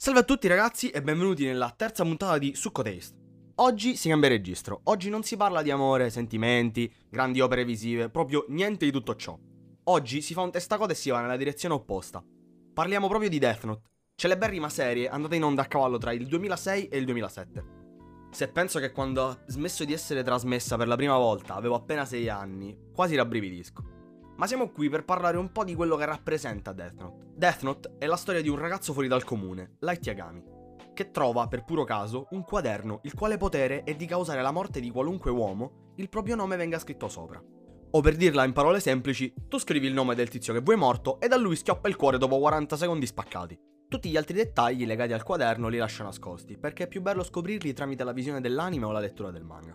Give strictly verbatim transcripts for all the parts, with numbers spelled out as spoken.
Salve a tutti ragazzi e benvenuti nella terza puntata di Succo Taste. Oggi si cambia registro, oggi non si parla di amore, sentimenti, grandi opere visive, proprio niente di tutto ciò. Oggi si fa un testacoda e si va nella direzione opposta. Parliamo proprio di Death Note, celeberrima serie andata in onda a cavallo tra il duemilasei e il duemilasette. Se penso che quando ha smesso di essere trasmessa per la prima volta avevo appena sei anni, quasi rabbrividisco. Ma siamo qui per parlare un po' di quello che rappresenta Death Note. Death Note è la storia di un ragazzo fuori dal comune, Light Yagami, che trova, per puro caso, un quaderno il quale potere è di causare la morte di qualunque uomo il proprio nome venga scritto sopra. O per dirla in parole semplici, tu scrivi il nome del tizio che vuoi morto e da lui schioppa il cuore dopo quaranta secondi spaccati. Tutti gli altri dettagli legati al quaderno li lascia nascosti, perché è più bello scoprirli tramite la visione dell'anime o la lettura del manga.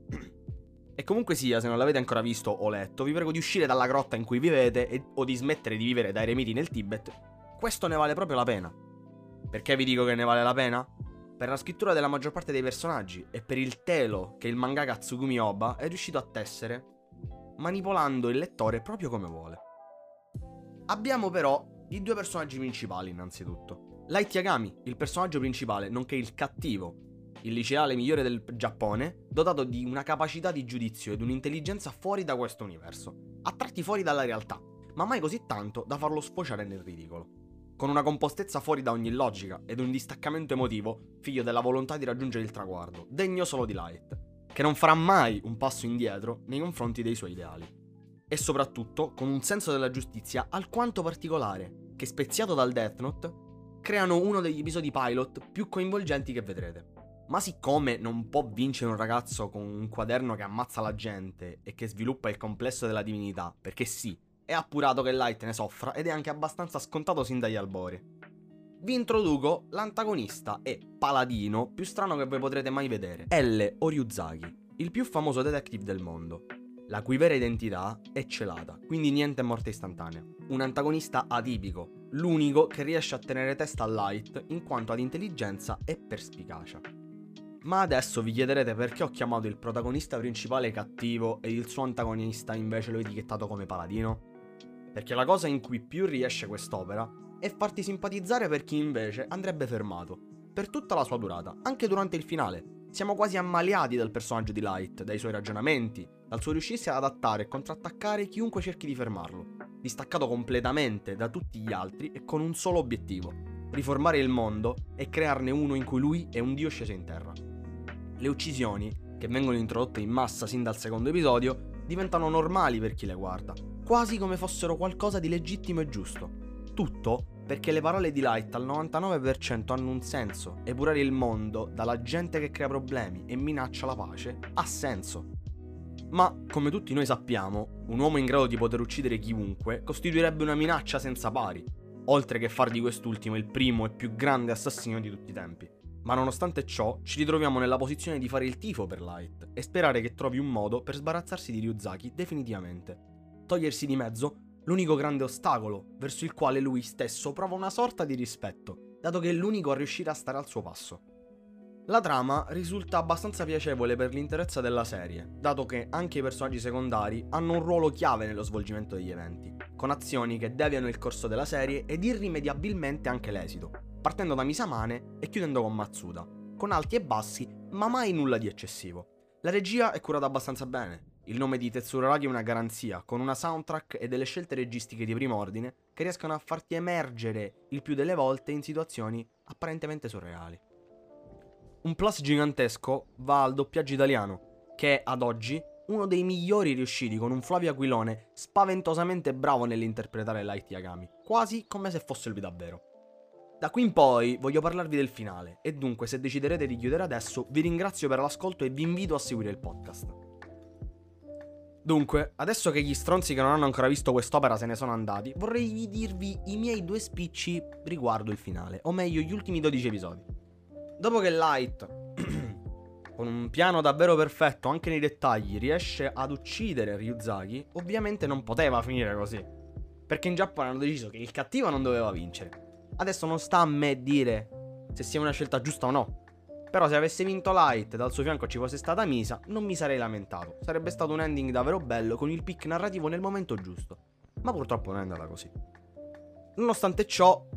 E comunque sia, se non l'avete ancora visto o letto, vi prego di uscire dalla grotta in cui vivete e, o di smettere di vivere da eremiti nel Tibet. Questo ne vale proprio la pena. Perché vi dico che ne vale la pena? Per la scrittura della maggior parte dei personaggi e per il telo che il mangaka Tsugumi Ohba è riuscito a tessere, manipolando il lettore proprio come vuole. Abbiamo però i due personaggi principali innanzitutto. Light Yagami, il personaggio principale, nonché il cattivo, il liceale migliore del Giappone, dotato di una capacità di giudizio ed un'intelligenza fuori da questo universo, a tratti fuori dalla realtà, ma mai così tanto da farlo sfociare nel ridicolo. Con una compostezza fuori da ogni logica ed un distaccamento emotivo, figlio della volontà di raggiungere il traguardo, degno solo di Light, che non farà mai un passo indietro nei confronti dei suoi ideali. E soprattutto con un senso della giustizia alquanto particolare, che speziato dal Death Note, creano uno degli episodi pilot più coinvolgenti che vedrete. Ma siccome non può vincere un ragazzo con un quaderno che ammazza la gente e che sviluppa il complesso della divinità, perché sì, è appurato che Light ne soffra ed è anche abbastanza scontato sin dagli albori. Vi introduco l'antagonista e paladino più strano che voi potrete mai vedere, L. Oryuzaki, il più famoso detective del mondo, la cui vera identità è celata, quindi niente morte istantanea. Un antagonista atipico, l'unico che riesce a tenere testa a Light in quanto ad intelligenza e perspicacia. Ma adesso vi chiederete perché ho chiamato il protagonista principale cattivo e il suo antagonista invece l'ho etichettato come paladino? Perché la cosa in cui più riesce quest'opera è farti simpatizzare per chi invece andrebbe fermato, per tutta la sua durata, anche durante il finale. Siamo quasi ammaliati dal personaggio di Light, dai suoi ragionamenti, dal suo riuscirsi ad adattare e contrattaccare chiunque cerchi di fermarlo, distaccato completamente da tutti gli altri e con un solo obiettivo: riformare il mondo e crearne uno in cui lui è un dio sceso in terra. Le uccisioni, che vengono introdotte in massa sin dal secondo episodio, diventano normali per chi le guarda, quasi come fossero qualcosa di legittimo e giusto. Tutto perché le parole di Light al novantanove per cento hanno un senso, epurare il mondo dalla gente che crea problemi e minaccia la pace ha senso. Ma, come tutti noi sappiamo, un uomo in grado di poter uccidere chiunque costituirebbe una minaccia senza pari, oltre che far di quest'ultimo il primo e più grande assassino di tutti i tempi. Ma nonostante ciò, ci ritroviamo nella posizione di fare il tifo per Light e sperare che trovi un modo per sbarazzarsi di Ryuzaki definitivamente. Togliersi di mezzo l'unico grande ostacolo verso il quale lui stesso prova una sorta di rispetto, dato che è l'unico a riuscire a stare al suo passo. La trama risulta abbastanza piacevole per l'interezza della serie, dato che anche i personaggi secondari hanno un ruolo chiave nello svolgimento degli eventi, con azioni che deviano il corso della serie ed irrimediabilmente anche l'esito, partendo da Misamane e chiudendo con Matsuda, con alti e bassi, ma mai nulla di eccessivo. La regia è curata abbastanza bene, il nome di Tetsuro Araki è una garanzia, con una soundtrack e delle scelte registiche di primo ordine che riescono a farti emergere il più delle volte in situazioni apparentemente surreali. Un plus gigantesco va al doppiaggio italiano, che è ad oggi uno dei migliori riusciti, con un Flavio Aquilone spaventosamente bravo nell'interpretare Light Yagami, quasi come se fosse lui davvero. Da qui in poi voglio parlarvi del finale, e dunque se deciderete di chiudere adesso vi ringrazio per l'ascolto e vi invito a seguire il podcast. Dunque, adesso che gli stronzi che non hanno ancora visto quest'opera se ne sono andati, vorrei dirvi i miei due spicci riguardo il finale, o meglio gli ultimi dodici episodi. Dopo che Light, con un piano davvero perfetto anche nei dettagli, riesce ad uccidere Ryuzaki, ovviamente non poteva finire così, perché in Giappone hanno deciso che il cattivo non doveva vincere. Adesso non sta a me dire se sia una scelta giusta o no, però se avesse vinto Light e dal suo fianco ci fosse stata Misa, non mi sarei lamentato, sarebbe stato un ending davvero bello con il pick narrativo nel momento giusto, ma purtroppo non è andata così. Nonostante ciò,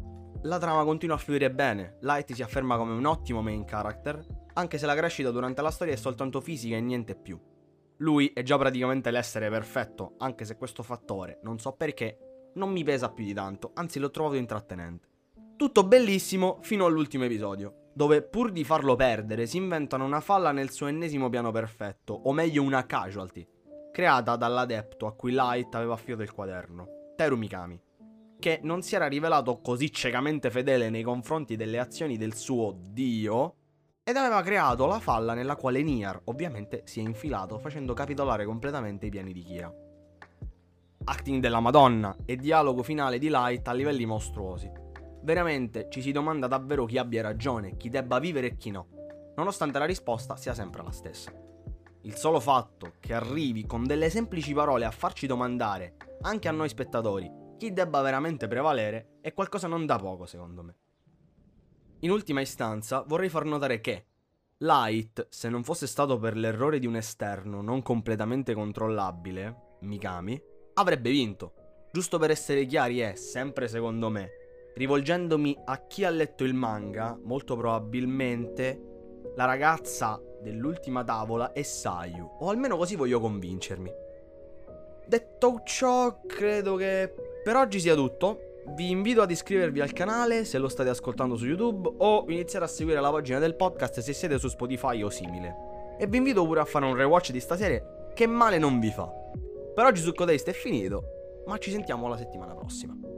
la trama continua a fluire bene, Light si afferma come un ottimo main character, anche se la crescita durante la storia è soltanto fisica e niente più. Lui è già praticamente l'essere perfetto, anche se questo fattore, non so perché, non mi pesa più di tanto, anzi l'ho trovato intrattenente. Tutto bellissimo fino all'ultimo episodio, dove pur di farlo perdere si inventano una falla nel suo ennesimo piano perfetto, o meglio una casualty, creata dall'adepto a cui Light aveva affidato il quaderno, Teru Mikami, che non si era rivelato così ciecamente fedele nei confronti delle azioni del suo dio, ed aveva creato la falla nella quale Nier ovviamente si è infilato, facendo capitolare completamente i piani di Kira. Acting della Madonna e dialogo finale di Light a livelli mostruosi. Veramente ci si domanda davvero chi abbia ragione, chi debba vivere e chi no, nonostante la risposta sia sempre la stessa. Il solo fatto che arrivi con delle semplici parole a farci domandare, anche a noi spettatori, chi debba veramente prevalere è qualcosa non da poco secondo me. In ultima istanza vorrei far notare che Light, se non fosse stato per l'errore di un esterno non completamente controllabile, Mikami, avrebbe vinto. Giusto per essere chiari è, sempre secondo me, rivolgendomi a chi ha letto il manga, molto probabilmente la ragazza dell'ultima tavola è Sayu, o almeno così voglio convincermi. Detto ciò, credo che per oggi sia tutto. Vi invito ad iscrivervi al canale se lo state ascoltando su YouTube o iniziare a seguire la pagina del podcast se siete su Spotify o simile. E vi invito pure a fare un rewatch di sta serie che male non vi fa. Per oggi Succo Taste è finito, ma ci sentiamo la settimana prossima.